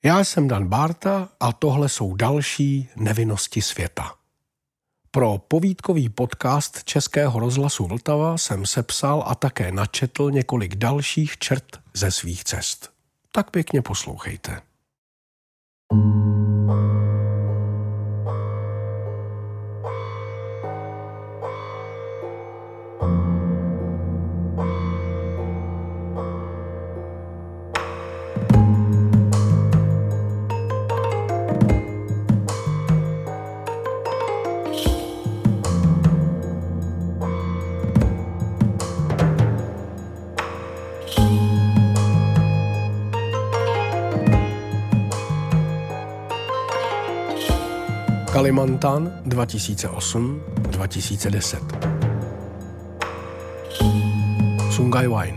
Já jsem Dan Bárta a tohle jsou další Nevinnosti světa. Pro povídkový podcast Českého rozhlasu Vltava jsem sepsal a také načetl několik dalších čert ze svých cest. Tak pěkně poslouchejte. Kalimantan 2008-2010. Sungai Wine.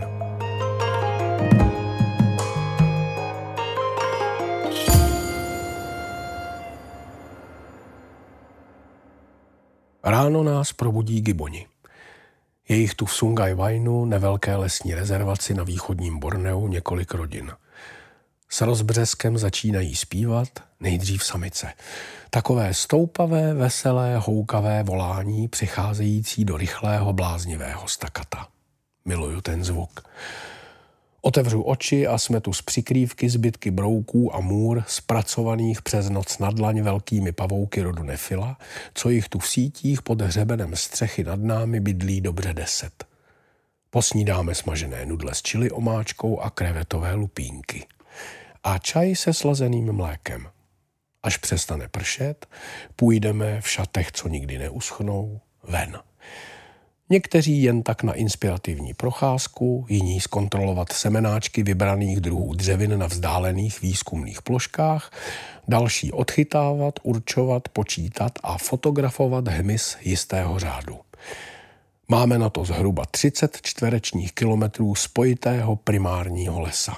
Ráno nás probudí giboni. Je jich tu v Sungai Wineu, nevelké lesní rezervaci na východním Borneu, několik rodin. S rozbřeskem začínají zpívat, nejdřív samice. Takové stoupavé, veselé, houkavé volání přicházející do rychlého, bláznivého stakata. Miluju ten zvuk. Otevřu oči a smetu z přikrývky zbytky brouků a můr zpracovaných přes noc na dlaň velkými pavouky rodu Nefila, co jich tu v sítích pod hřebenem střechy nad námi bydlí dobře 10. Posnídáme smažené nudle s chili omáčkou a krevetové lupínky. A čaj se slazeným mlékem. Až přestane pršet, půjdeme v šatech, co nikdy neuschnou, ven. Někteří jen tak na inspirativní procházku, jiní zkontrolovat semenáčky vybraných druhů dřevin na vzdálených výzkumných ploškách, další odchytávat, určovat, počítat a fotografovat hmyz jistého řádu. Máme na to zhruba 30 čtverečních kilometrů spojitého primárního lesa.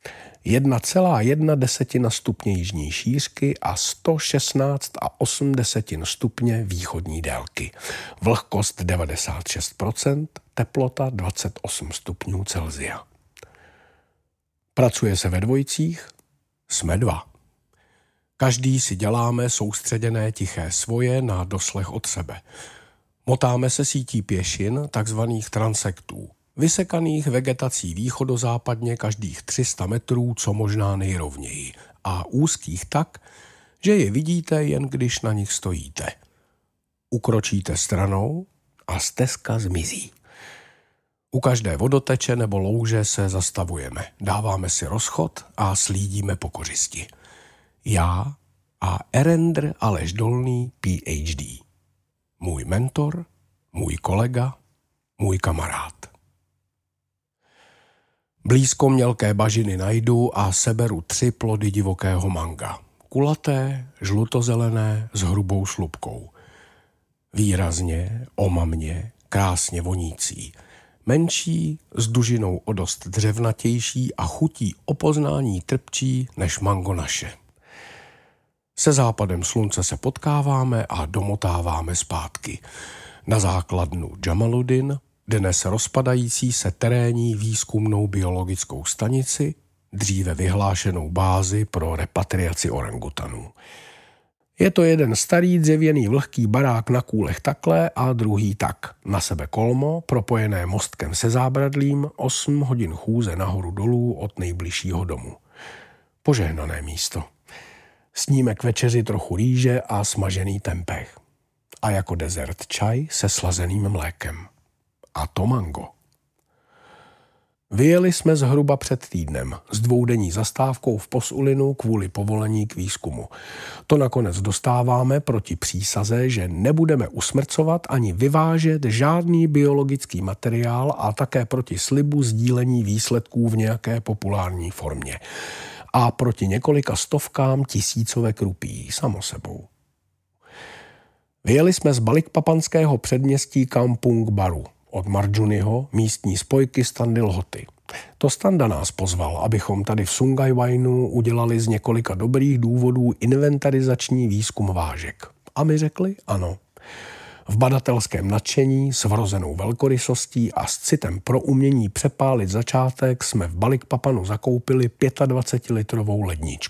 1,1 stupně jižní šířky a 116,8 stupně východní délky. Vlhkost 96%, teplota 28 stupňů Celsia. Pracuje se ve dvojicích, jsme 2. Každý si děláme soustředěné tiché svoje na doslech od sebe. Motáme se sítí pěšin, takzvaných transektů. Vysekaných vegetací východozápadně každých 300 metrů, co možná nejrovněji, a úzkých tak, že je vidíte, jen když na nich stojíte. Ukročíte stranou a stezka zmizí. U každé vodoteče nebo louže se zastavujeme, dáváme si rozchod a slídíme po kořisti. Já a Erendr Aleš Dolný, PhD. Můj mentor, můj kolega, můj kamarád. Blízko mělké bažiny najdu a seberu 3 plody divokého manga. Kulaté, žlutozelené, s hrubou slupkou. Výrazně, omamně, krásně vonící. Menší, s dužinou o dost dřevnatější a chutí o poznání trpčí než mango naše. Se západem slunce se potkáváme a domotáváme zpátky. Na základnu Jamaluddin, dnes rozpadající se terénní výzkumnou biologickou stanici, dříve vyhlášenou bázi pro repatriaci orangutanů. Je to jeden starý dřevěný vlhký barák na kůlech takhle a druhý tak. Na sebe kolmo, propojené mostkem se zábradlím, 8 hodin chůze nahoru dolů od nejbližšího domu. Požehnané místo. Sníme k večeři trochu rýže a smažený tempeh. A jako dezert čaj se slazeným mlékem. A to mango. Vyjeli jsme zhruba před týdnem s 2denní zastávkou v Posulinu kvůli povolení k výzkumu. To nakonec dostáváme proti přísaze, že nebudeme usmrcovat ani vyvážet žádný biologický materiál a také proti slibu sdílení výsledků v nějaké populární formě. A proti několika stovkám tisícovek rupií, samo sebou. Vyjeli jsme z balikpapanského předměstí Kampung Baru. Od Marjuniho, místní spojky Standy Lhoty. To Standa nás pozval, abychom tady v Sungai Wineu udělali z několika dobrých důvodů inventarizační výzkum vážek. A my řekli ano. V badatelském nadšení, s vrozenou velkorysostí a s citem pro umění přepálit začátek jsme v Balikpapanu zakoupili 25-litrovou ledničku.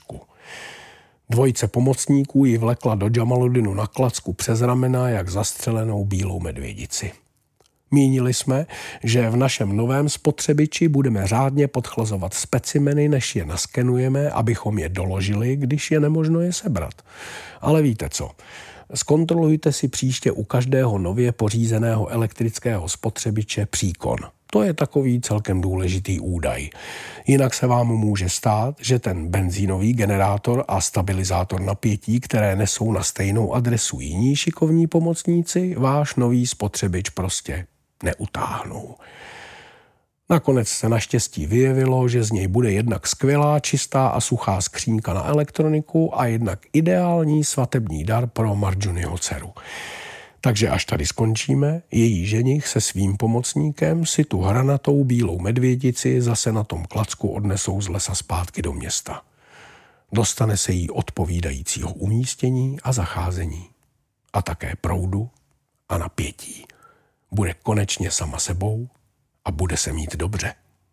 Dvojice pomocníků ji vlekla do Džamaludinu na klacku přes ramena jak zastřelenou bílou medvědici. Mínili jsme, že v našem novém spotřebiči budeme řádně podchlazovat specimeny, než je naskenujeme, abychom je doložili, když je nemožno je sebrat. Ale víte co? Zkontrolujte si příště u každého nově pořízeného elektrického spotřebiče příkon. To je takový celkem důležitý údaj. Jinak se vám může stát, že ten benzínový generátor a stabilizátor napětí, které nesou na stejnou adresu jiní šikovní pomocníci, váš nový spotřebič prostě neutáhnou. Nakonec se naštěstí vyjevilo, že z něj bude jednak skvělá, čistá a suchá skřínka na elektroniku a jednak ideální svatební dar pro Marjuniho dceru. Takže až tady skončíme, její ženich se svým pomocníkem si tu hranatou bílou medvědici zase na tom klacku odnesou z lesa zpátky do města. Dostane se jí odpovídajícího umístění a zacházení. A také proudu a napětí. Bude konečně sama sebou a bude se mít dobře.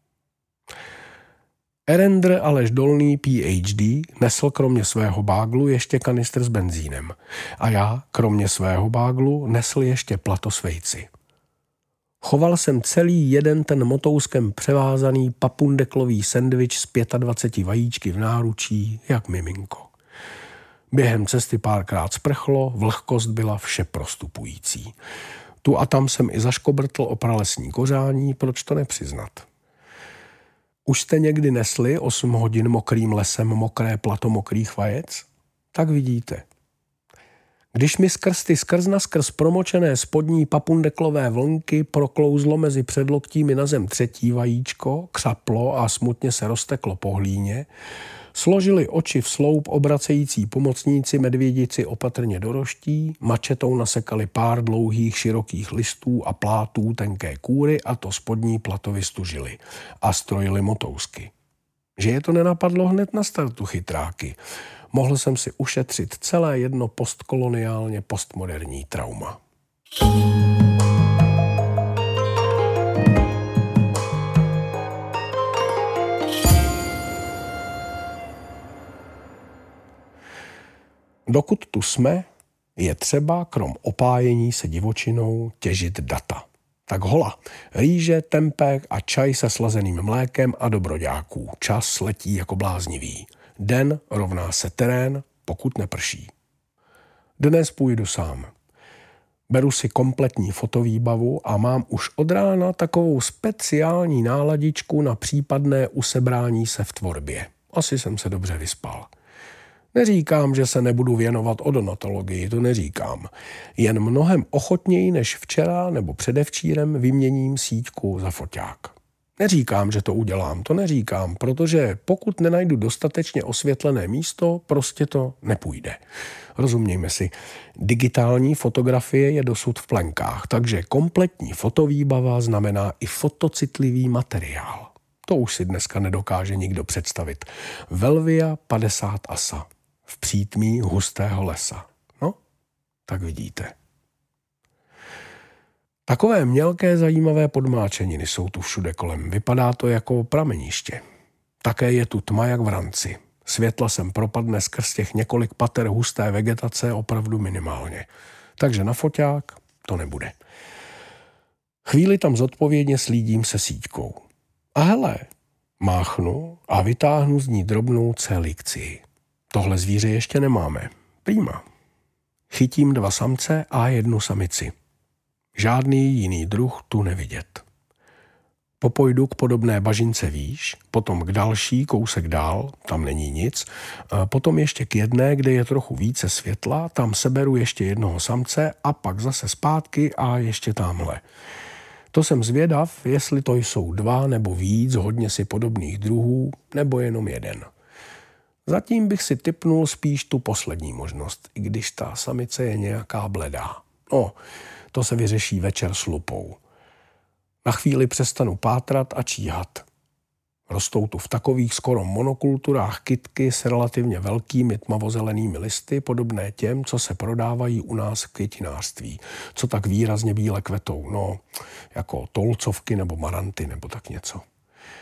Erendr Aleš Dolný PhD nesl kromě svého báglu ještě kanistr s benzínem a já, kromě svého báglu, nesl ještě plato s vejci. Choval jsem celý jeden ten motouskem převázaný papundeklový sendvič s 25 vajíčky v náručí, jak miminko. Během cesty párkrát sprchlo, vlhkost byla vše prostupující. Tu a tam jsem i zaškobrtl o pralesní kořání, proč to nepřiznat. Už jste někdy nesli 8 hodin mokrým lesem mokré plato mokrých vajec? Tak vidíte. Když mi skrz naskrz promočené spodní papundeklové vlnky proklouzlo mezi předloktími na zem třetí vajíčko, křaplo a smutně se rozteklo po hlíně, složili oči v sloup obracející pomocníci medvědici opatrně do roští, mačetou nasekali pár dlouhých širokých listů a plátů tenké kůry a to spodní plato vystužili a strojili motousky. Že je to nenapadlo hned na startu, chytráky. Mohl jsem si ušetřit celé jedno postkoloniálně postmoderní trauma. Dokud tu jsme, je třeba krom opájení se divočinou těžit data. Tak hola, rýže, tempeh a čaj se slazeným mlékem a dobroďáků. Čas letí jako bláznivý. Den rovná se terén, pokud neprší. Dnes půjdu sám. Beru si kompletní fotovýbavu a mám už od rána takovou speciální náladičku na případné usebrání se v tvorbě. Asi jsem se dobře vyspal. Neříkám, že se nebudu věnovat odontologii, to neříkám. Jen mnohem ochotněji než včera nebo předevčírem vyměním síťku za foťák. Neříkám, že to udělám, to neříkám, protože pokud nenajdu dostatečně osvětlené místo, prostě to nepůjde. Rozumějme si, digitální fotografie je dosud v plenkách, takže kompletní fotovýbava znamená i fotocitlivý materiál. To už si dneska nedokáže nikdo představit. Velvia 50 asa. V přítmí hustého lesa. No, tak vidíte. Takové mělké zajímavé podmáčeniny jsou tu všude kolem. Vypadá to jako prameniště. Také je tu tma jak v ranci. Světla sem propadne skrz těch několik pater husté vegetace opravdu minimálně. Takže na foťák to nebude. Chvíli tam zodpovědně slídím se síťkou. A hele, máchnu a vytáhnu z ní drobnou celikci. Tohle zvíře ještě nemáme. Prima. Chytím 2 samce a 1 samici. Žádný jiný druh tu nevidět. Popojdu k podobné bažince výš, potom k další kousek dál, tam není nic, potom ještě k jedné, kde je trochu více světla, tam seberu ještě 1 samce a pak zase zpátky a ještě tamhle. To jsem zvědav, jestli to jsou 2 nebo víc hodně si podobných druhů, nebo jenom 1. Zatím bych si tipnul spíš tu poslední možnost, i když ta samice je nějaká bledá. No, to se vyřeší večer s lupou. Na chvíli přestanu pátrat a číhat. Rostou tu v takových skoro monokulturách kytky s relativně velkými tmavozelenými listy, podobné těm, co se prodávají u nás v květinářství, co tak výrazně bíle kvetou, no, jako tolcovky nebo maranty nebo tak něco.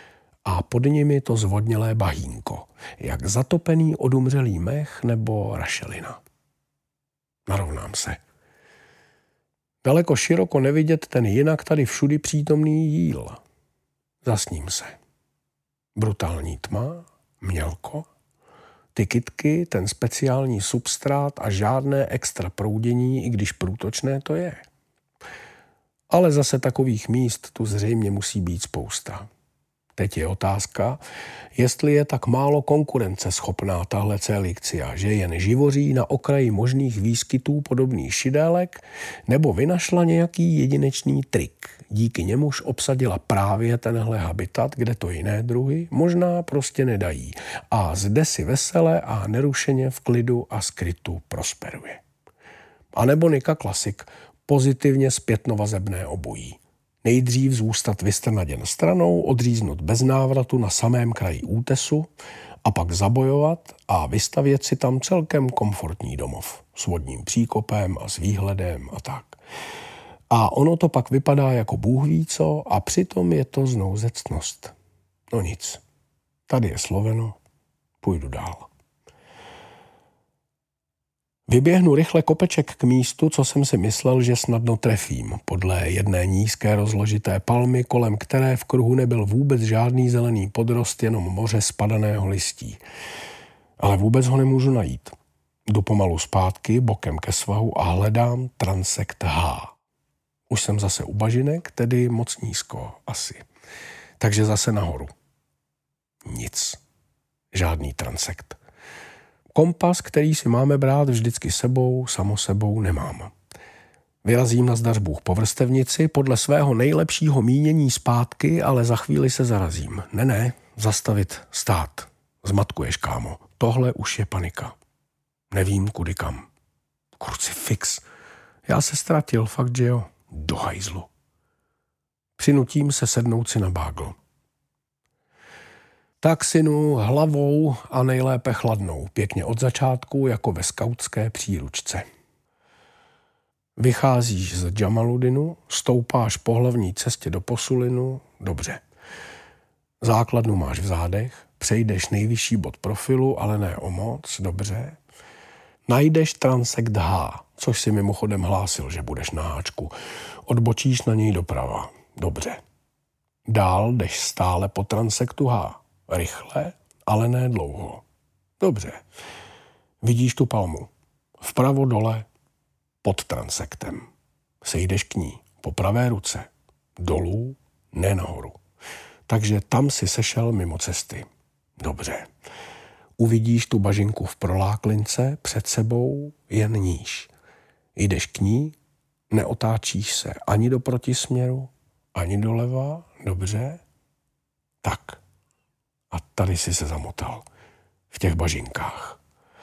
a pod nimi to zvodnělé bahínko, jak zatopený odumřelý mech nebo rašelina. Narovnám se. Daleko široko nevidět ten jinak tady všudy přítomný jíl. Zasním se. Brutální tma, mělko, ty kytky, ten speciální substrát a žádné extra proudění, i když průtočné to je. Ale zase takových míst tu zřejmě musí být spousta. Teď je otázka, jestli je tak málo konkurenceschopná tahle Coelichia, že jen živoří na okraji možných výskytů podobných šidélek, nebo vynašla nějaký jedinečný trik, díky němuž obsadila právě tenhle habitat, kde to jiné druhy možná prostě nedají a zde si vesele a nerušeně v klidu a skrytu prosperuje. A nebo Nika klasik, pozitivně zpětnovazebné obojí. Nejdřív zůstat vystrnaděn stranou, odříznut bez návratu na samém kraji útesu a pak zabojovat a vystavět si tam celkem komfortní domov s vodním příkopem a s výhledem a tak. A ono to pak vypadá jako bůh ví co a přitom je to znouzectnost. No nic, tady je sloveno, půjdu dál. Vyběhnu rychle kopeček k místu, co jsem si myslel, že snadno trefím, podle jedné nízké rozložité palmy, kolem které v kruhu nebyl vůbec žádný zelený podrost, jenom moře spadaného listí. Ale vůbec ho nemůžu najít. Jdu pomalu zpátky, bokem ke svahu a hledám transekt H. Už jsem zase u bažinek, tedy moc nízko, asi. Takže zase nahoru. Nic. Žádný transekt. Kompas, který si máme brát vždycky sebou, samo sebou nemám. Vyrazím na zdař Bůh po vrstevnici podle svého nejlepšího mínění zpátky, ale za chvíli se zarazím. Ne, zastavit, stát. Zmatkuješ, kámo. Tohle už je panika. Nevím, kudy kam. Krucifix. Já se ztratil, fakt, že jo. Do hajzlu. Přinutím se sednout si na bágl. Tak, synu, hlavou a nejlépe chladnou, pěkně od začátku, jako ve skautské příručce. Vycházíš z Džamaludinu, stoupáš po hlavní cestě do Posulinu, dobře. Základnu máš v zádech, přejdeš nejvyšší bod profilu, ale ne o moc, dobře. Najdeš transekt H, což si mimochodem hlásil, že budeš na háčku. Odbočíš na něj doprava, dobře. Dál jdeš stále po transektu H. Rychle, ale ne dlouho. Dobře. Vidíš tu palmu. Vpravo dole, pod transektem. Sejdeš k ní, po pravé ruce. Dolů, ne nahoru. Takže tam si sešel mimo cesty. Dobře. Uvidíš tu bažinku v proláklince, před sebou jen níž. Jdeš k ní, neotáčíš se ani do protisměru, ani doleva, dobře. Tak. A tady si se zamotal. V těch bažinkách.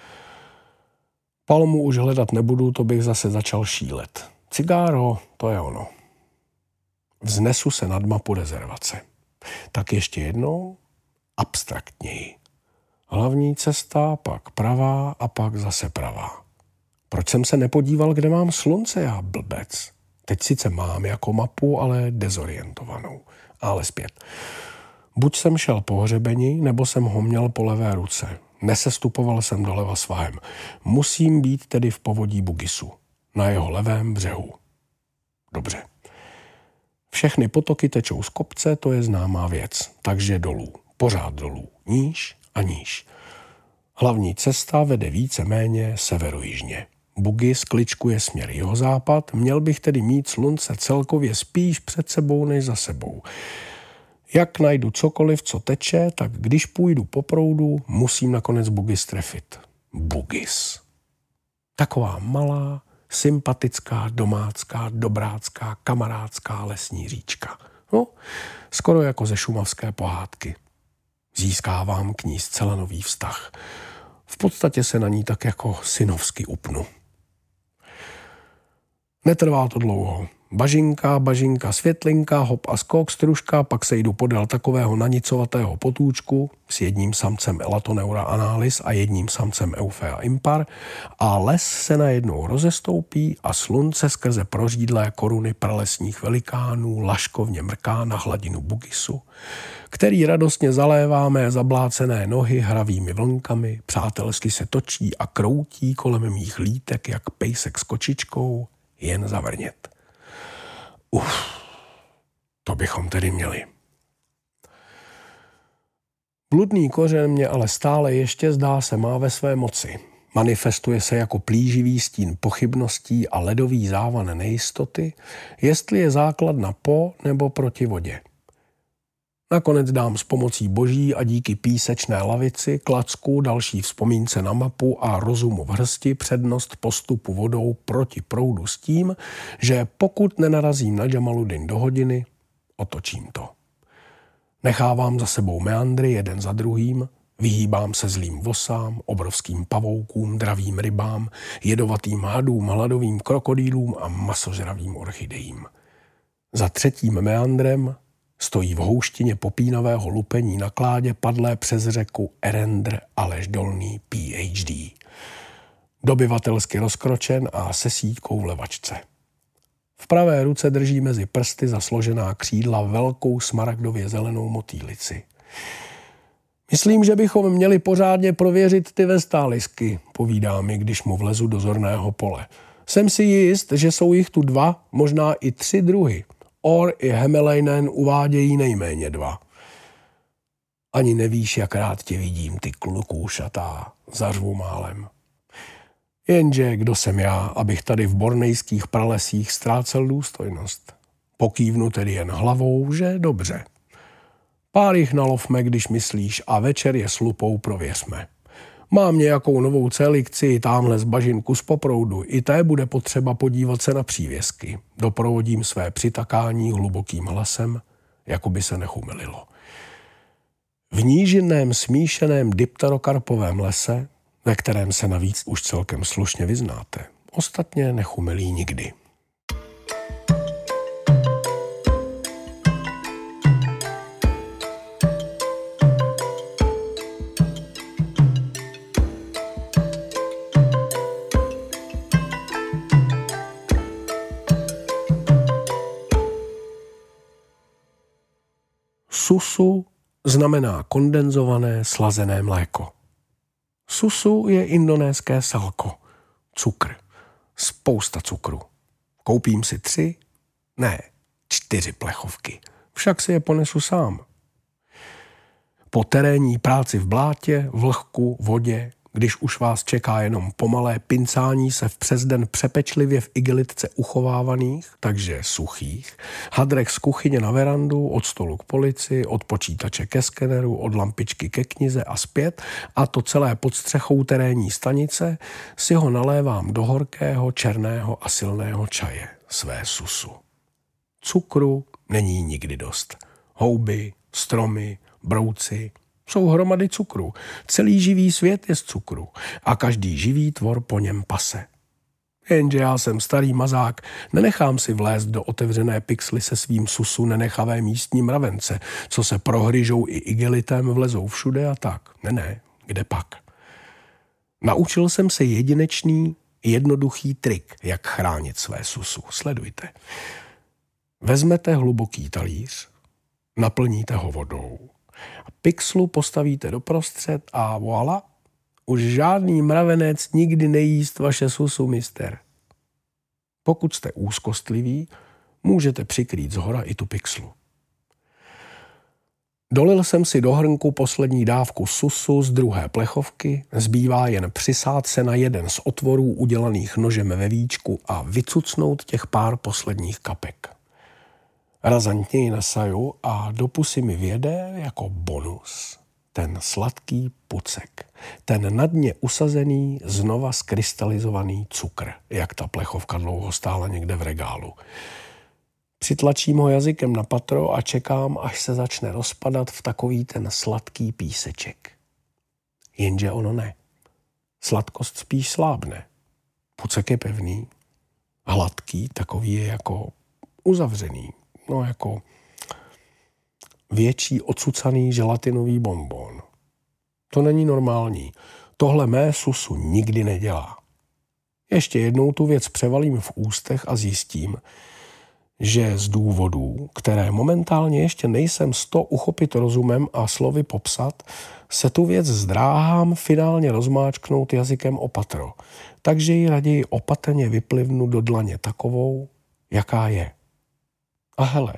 Palmu už hledat nebudu, to bych zase začal šílet. Cigáro, to je ono. Vznesu se nad mapu rezervace. Tak ještě jednou, abstraktněji. Hlavní cesta, pak pravá a pak zase pravá. Proč jsem se nepodíval, kde mám slunce, já blbec? Teď sice mám jako mapu, ale dezorientovanou. Ale zpět. Buď jsem šel po hřebeni, nebo jsem ho měl po levé ruce. Nesestupoval jsem doleva svahem. Musím být tedy v povodí Bugisu, na jeho levém břehu. Dobře. Všechny potoky tečou z kopce, to je známá věc. Takže dolů, pořád dolů, níž a níž. Hlavní cesta vede víceméně severojižně. Bugis kličkuje směr jihozápad, měl bych tedy mít slunce celkově spíš před sebou než za sebou. Jak najdu cokoliv, co teče, tak když půjdu po proudu, musím nakonec Bugis trefit. Bugis. Taková malá, sympatická, domácká, dobrácká, kamarádská lesní říčka. No, skoro jako ze šumavské pohádky. Získávám k ní zcela nový vztah. V podstatě se na ní tak jako synovsky upnu. Netrvá to dlouho. Bažinka, světlinka, hop a skok, stružka, pak se jdu podél takového nanicovatého potůčku s jedním samcem Elatoneura analis a jedním samcem Euphea impar a les se najednou rozestoupí a slunce skrze prořídlé koruny pralesních velikánů laškovně mrká na hladinu Bugisu, který radostně zalévá mé zablácené nohy hravými vlnkami, přátelsky se točí a kroutí kolem mých lítek jak pejsek s kočičkou, jen zavrnět. To bychom tedy měli. Bludný kořen mě ale stále ještě zdá se má ve své moci. Manifestuje se jako plíživý stín pochybností a ledový závan nejistoty, jestli je základna po nebo proti vodě. Nakonec dám s pomocí boží a díky písečné lavici, klacku, další vzpomínce na mapu a rozumu v hrsti přednost postupu vodou proti proudu s tím, že pokud nenarazím na Džamaluddin do hodiny, otočím to. Nechávám za sebou meandry jeden za druhým, vyhýbám se zlým vosám, obrovským pavoukům, dravým rybám, jedovatým hadům, hladovým krokodýlům a masožravým orchidejím. Za třetím meandrem stojí v houštině popínavého lupení na kládě padlé přes řeku Erendr Aleš Dolný PhD. Dobyvatelsky rozkročen a se síťkou v levačce. V pravé ruce drží mezi prsty za složená křídla velkou smaragdově zelenou motýlici. Myslím, že bychom měli pořádně prověřit ty vestálisky, povídá mi, když mu vlezu do zorného pole. Jsem si jist, že jsou jich tu 2, možná i 3 druhy. Or i Hemeleinen uvádějí nejméně 2. Ani nevíš, jak rád tě vidím, ty klukůšatá, zařvu málem. Jenže kdo jsem já, abych tady v bornejských pralesích ztrácel důstojnost. Pokývnu tedy jen hlavou, že dobře. Pár jich nalovme, když myslíš, a večer je s lupou prověřme. Mám nějakou novou celikci, támhle z bažinku z poproudu, i té bude potřeba podívat se na přívěsky. Doprovodím své přitakání hlubokým hlasem, jako by se nechumelilo. V nížinném smíšeném dipterokarpovém lese, ve kterém se navíc už celkem slušně vyznáte, ostatně nechumelí nikdy. Susu znamená kondenzované slazené mléko. Susu je indonéské salko, cukr, spousta cukru. Koupím si 4 plechovky, však si je ponesu sám. Po terénní práci v blátě, vlhku, vodě, když už vás čeká jenom pomalé pincání se v přesden přepečlivě v igelitce uchovávaných, takže suchých, hadrech z kuchyně na verandu, od stolu k polici, od počítače ke skeneru, od lampičky ke knize a zpět, a to celé pod střechou terénní stanice, si ho nalévám do horkého, černého a silného čaje, své susu. Cukru není nikdy dost. Houby, stromy, brouci, jsou hromady cukru. Celý živý svět je z cukru a každý živý tvor po něm pase. Jenže já jsem starý mazák, nenechám si vlézt do otevřené pixly se svým susu nenechavé místní mravence, co se prohryžou i igelitem, vlezou všude a tak. Ne, kde pak. Naučil jsem se jedinečný, jednoduchý trik, jak chránit své susu. Sledujte. Vezmete hluboký talíř, naplníte ho vodou, pixlu postavíte doprostřed a voilà, už žádný mravenec nikdy nejíst vaše susu, mister. Pokud jste úzkostliví, můžete přikrýt zhora i tu pixlu. Dolil jsem si do hrnku poslední dávku susu z druhé plechovky, zbývá jen přisát se na jeden z otvorů udělaných nožem ve víčku a vycucnout těch pár posledních kapek. Razantně ji nasaju a do pusy mi vjede jako bonus ten sladký pucek, ten na dně usazený, znova skrystalizovaný cukr, jak ta plechovka dlouho stála někde v regálu. Přitlačím ho jazykem na patro a čekám, až se začne rozpadat v takový ten sladký píseček. Jenže ono ne. Sladkost spíš slábne. Pucek je pevný, hladký, takový je jako uzavřený, no jako větší odsucaný želatinový bonbon. To není normální. Tohle mé susu nikdy nedělá. Ještě jednou tu věc převalím v ústech a zjistím, že z důvodů, které momentálně ještě nejsem uchopit rozumem a slovy popsat, se tu věc zdráhám finálně rozmáčknout jazykem o patro, takže ji raději opatrně vyplivnu do dlaně takovou, jaká je. A hele,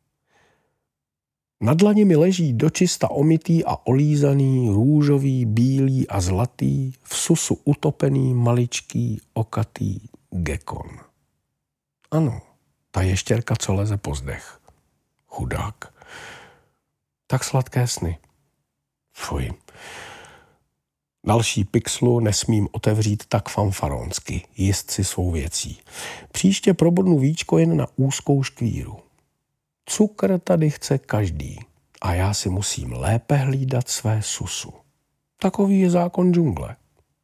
na dlani mi leží dočista omytý a olízaný, růžový, bílý a zlatý, v susu utopený, maličký, okatý gekon. Ano, ta ještěrka, co leze po zdech. Chudák. Tak sladké sny. Fuj. Další pixlu nesmím otevřít tak fanfaronsky, jist si svou věcí. Příště probodnu víčko jen na úzkou škvíru. Cukr tady chce každý a já si musím lépe hlídat své susu. Takový je zákon džungle.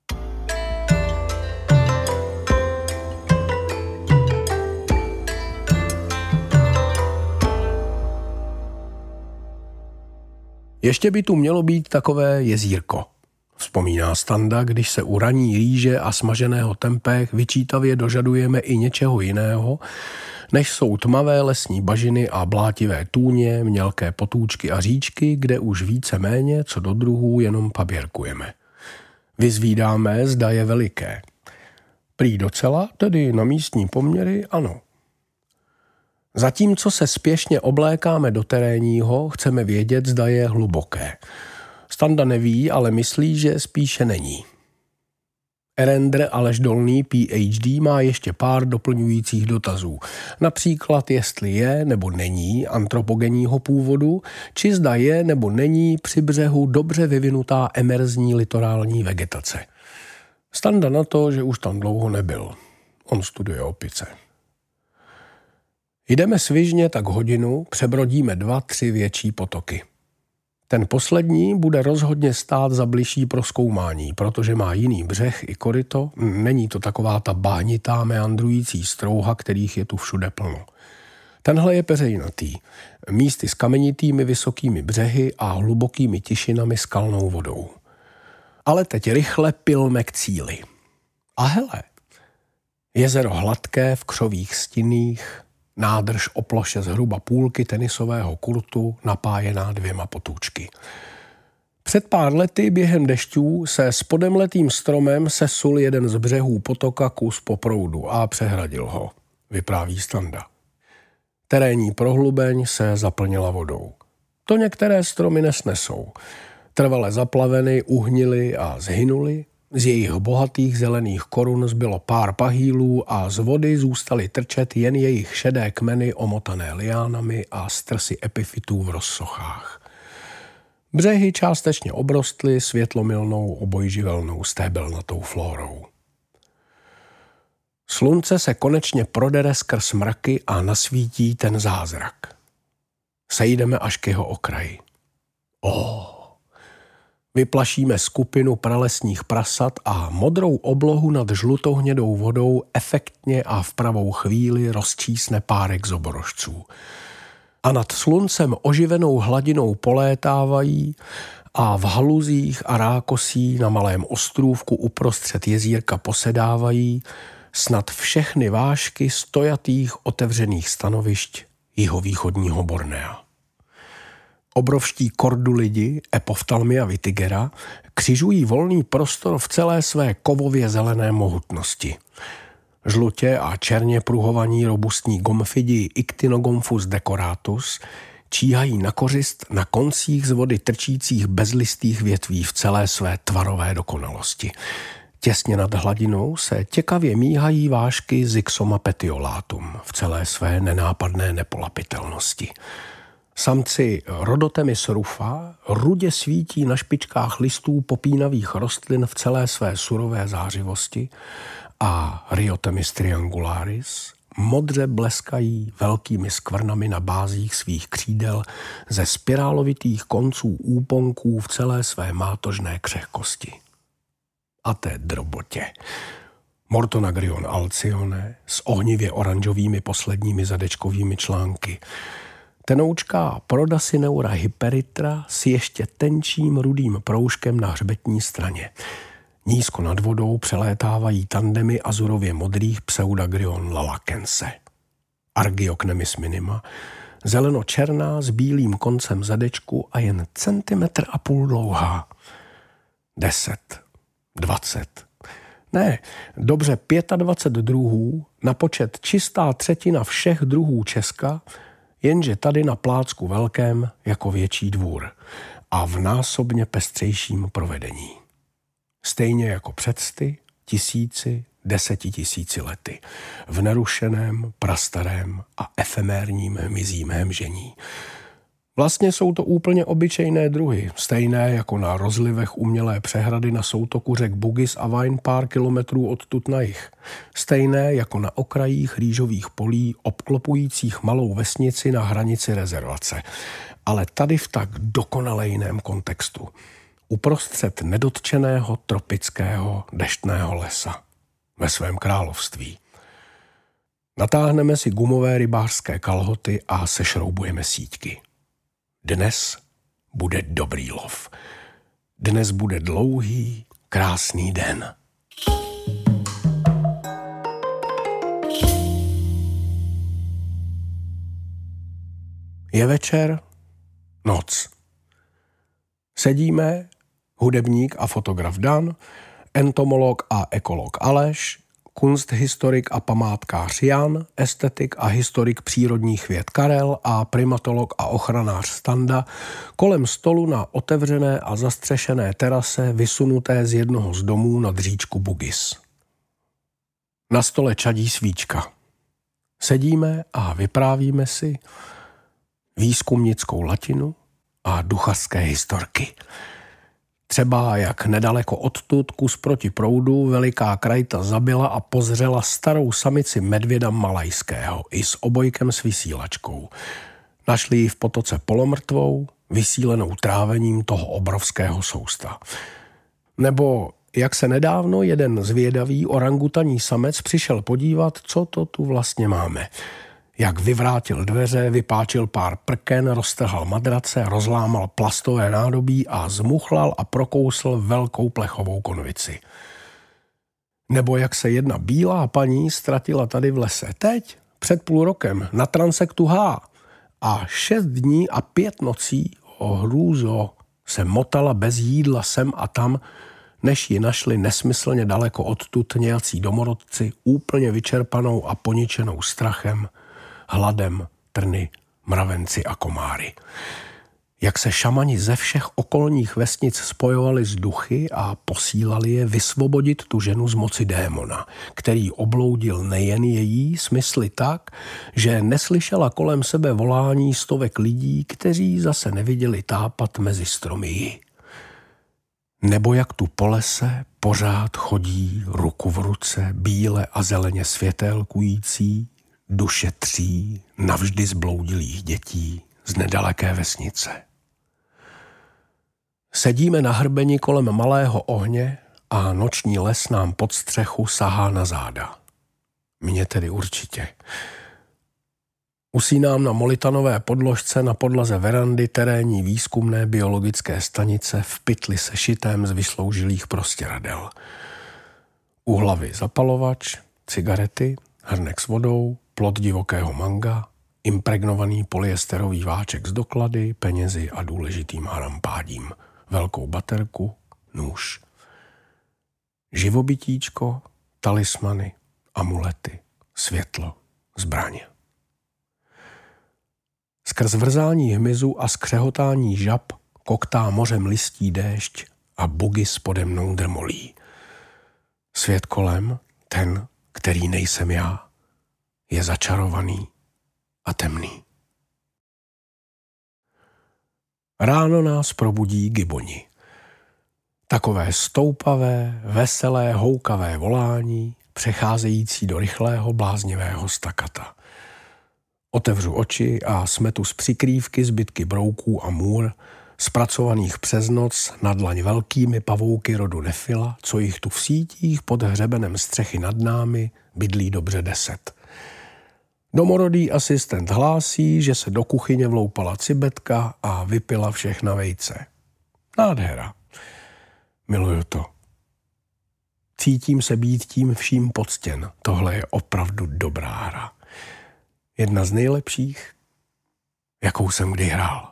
Ještě by tu mělo být takové jezírko. Vzpomíná Standa, když se u raní rýže a smaženého tempeh vyčítavě dožadujeme i něčeho jiného, než jsou tmavé lesní bažiny a blátivé tůně, mělké potůčky a říčky, kde už více-méně co do druhů jenom paběrkujeme. Vyzvídáme, zda je veliké. Prý docela, tedy na místní poměry, ano. Zatímco se spěšně oblékáme do terénního, chceme vědět, zda je hluboké. Standa neví, ale myslí, že spíše není. Erendr Aleš Dolný, PhD, má ještě pár doplňujících dotazů. Například, jestli je nebo není antropogenního původu, či zda je nebo není při břehu dobře vyvinutá emerzní litorální vegetace. Standa na to, že už tam dlouho nebyl. On studuje opice. Jdeme svižně tak hodinu, přebrodíme 2-3 větší potoky. Ten poslední bude rozhodně stát za bližší prozkoumání, protože má jiný břeh i koryto, není to taková ta báhnitá meandrující strouha, kterých je tu všude plno. Tenhle je peřejnatý, místy s kamenitými vysokými břehy a hlubokými tišinami s kalnou vodou. Ale teď rychle pilme k cíli. A hele, jezero hladké v křových stinných, nádrž o ploše zhruba půlky tenisového kurtu napájená 2 potůčky. Před pár lety během dešťů se s podemletým stromem sesul jeden z břehů potoka kus po proudu a přehradil ho, vypráví Standa. Terénní prohlubeň se zaplnila vodou. To některé stromy nesnesou. Trvale zaplaveny, uhnily a zhynuly. Z jejich bohatých zelených korun zbylo pár pahýlů a z vody zůstaly trčet jen jejich šedé kmeny omotané liánami a strsy epifitů v rozsochách. Břehy částečně obrostly světlomilnou obojživelnou stébelnatou flórou. Slunce se konečně prodere skrz mraky a nasvítí ten zázrak. Sejdeme až k jeho okraji. Vyplašíme skupinu pralesních prasat a modrou oblohu nad žlutohnědou vodou efektně a v pravou chvíli rozčísne párek zoborožců. A nad sluncem oživenou hladinou polétávají a v haluzích a rákosí na malém ostrůvku uprostřed jezírka posedávají snad všechny vážky stojatých otevřených stanovišť jihovýchodního Bornea. Obrovští kordulidi, Epophthalmia vitigera, křižují volný prostor v celé své kovově zelené mohutnosti. Žlutě a černě pruhovaní robustní gomfidi Ictinogomphus decoratus číhají na kořist na koncích z vody trčících bezlistých větví v celé své tvarové dokonalosti. Těsně nad hladinou se těkavě míhají vážky Zyxoma petiolatum v celé své nenápadné nepolapitelnosti. Samci Rhodotemis rufa rudě svítí na špičkách listů popínavých rostlin v celé své surové zářivosti a Ryotemis triangularis modře bleskají velkými skvrnami na bázích svých křídel ze spirálovitých konců úponků v celé své mátožné křehkosti. A té drobotě. Mortonagrion alcione s ohnivě oranžovými posledními zadečkovými články. Tenoučká Prodasyneura hyperitra s ještě tenčím rudým proužkem na hřbetní straně. Nízko nad vodou přelétávají tandemy azurově modrých Pseudagrion lalakense. Argiocnemis minima, zeleno-černá s bílým koncem zadečku a jen 1,5 centimetr dlouhá. 10, 20, ne, dobře 25 druhů, na počet čistá třetina všech druhů Česka, jenže tady na plácku velkém jako větší dvůr a v násobně pestřejším provedení. Stejně jako před 100, 1000, 10 000 lety, v nerušeném, prastarém a efemérním hmyzím hemžení. Vlastně jsou to úplně obyčejné druhy, stejné jako na rozlivech umělé přehrady na soutoku řek Bugis a Vine pár kilometrů odtud na jih. Stejné jako na okrajích rýžových polí obklopujících malou vesnici na hranici rezervace. Ale tady v tak dokonale jiném kontextu. Uprostřed nedotčeného tropického deštného lesa. Ve svém království. Natáhneme si gumové rybářské kalhoty a sešroubujeme síťky. Dnes bude dobrý lov. Dnes bude dlouhý, krásný den. Je večer, noc. Sedíme, hudebník a fotograf Dan, entomolog a ekolog Aleš, kunsthistorik a památkář Jan, estetik a historik přírodních věd Karel a primatolog a ochranář Standa kolem stolu na otevřené a zastřešené terase vysunuté z jednoho z domů nad říčku Bugis. Na stole čadí svíčka. Sedíme a vyprávíme si výzkumnickou latinu a duchařské historky. Třeba jak nedaleko odtud kus proti proudu veliká krajta zabila a pozřela starou samici medvěda malajského i s obojkem s vysílačkou. Našli ji v potoce polomrtvou, vysílenou trávením toho obrovského sousta. Nebo jak se nedávno jeden zvědavý orangutaní samec přišel podívat, co to tu vlastně máme. Jak vyvrátil dveře, vypáčil pár prken, roztrhal madrace, rozlámal plastové nádobí a zmuchlal a prokousl velkou plechovou konvici. Nebo jak se jedna bílá paní ztratila tady v lese teď, před půl rokem, na transektu H. A 6 dní a 5 nocí, o hrůzo, se motala bez jídla sem a tam, než ji našli nesmyslně daleko odtud nějací domorodci, úplně vyčerpanou a poničenou strachem, hladem, trny, mravenci a komáry. Jak se šamani ze všech okolních vesnic spojovali s duchy a posílali je vysvobodit tu ženu z moci démona, který obloudil nejen její smysly tak, že neslyšela kolem sebe volání stovek lidí, kteří zase neviděli tápat mezi stromy. Nebo jak tu po lese pořád chodí ruku v ruce bíle a zeleně světélkující duše 3 navždy zbloudilých dětí z nedaleké vesnice. Sedíme na hrbeni kolem malého ohně a noční les nám pod střechu sahá na záda. Mně tedy určitě. Usínám na molitanové podložce na podlaze verandy terénní výzkumné biologické stanice v pytli sešitém z vysloužilých prostěradel. U hlavy zapalovač, cigarety, hrnek s vodou, plod divokého manga, impregnovaný polyesterový váček s doklady, penězi a důležitým harampádím, velkou baterku, nůž. Živobytíčko, talismany, amulety, světlo, zbraně. Skrz vrzání hmyzu a skřehotání žab koktá mořem listí déšť a Bugis pode mnou drmolí. Svět kolem, ten, který nejsem já, je začarovaný a temný. Ráno nás probudí giboni. Takové stoupavé, veselé, houkavé volání, přecházející do rychlého, bláznivého stakata. Otevřu oči a smetu z přikrývky zbytky brouků a můr, zpracovaných přes noc na dlaň velkými pavouky rodu Nefila, co jich tu v sítích pod hřebenem střechy nad námi bydlí dobře 10. Domorodý asistent hlásí, že se do kuchyně vloupala cibetka a vypila všechna vejce. Nádhera. Miluju to. Cítím se být tím vším poctěn. Tohle je opravdu dobrá hra. Jedna z nejlepších, jakou jsem kdy hrál.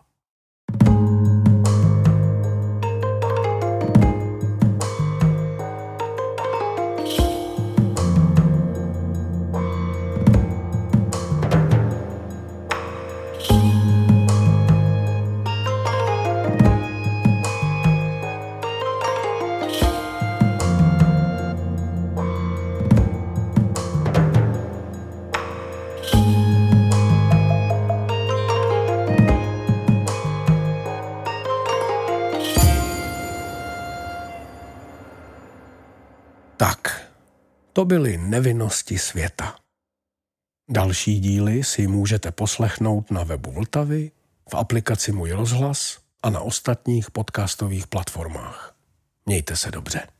Tak, to byly Nevinnosti světa. Další díly si můžete poslechnout na webu Vltavy, v aplikaci Můj rozhlas a na ostatních podcastových platformách. Mějte se dobře.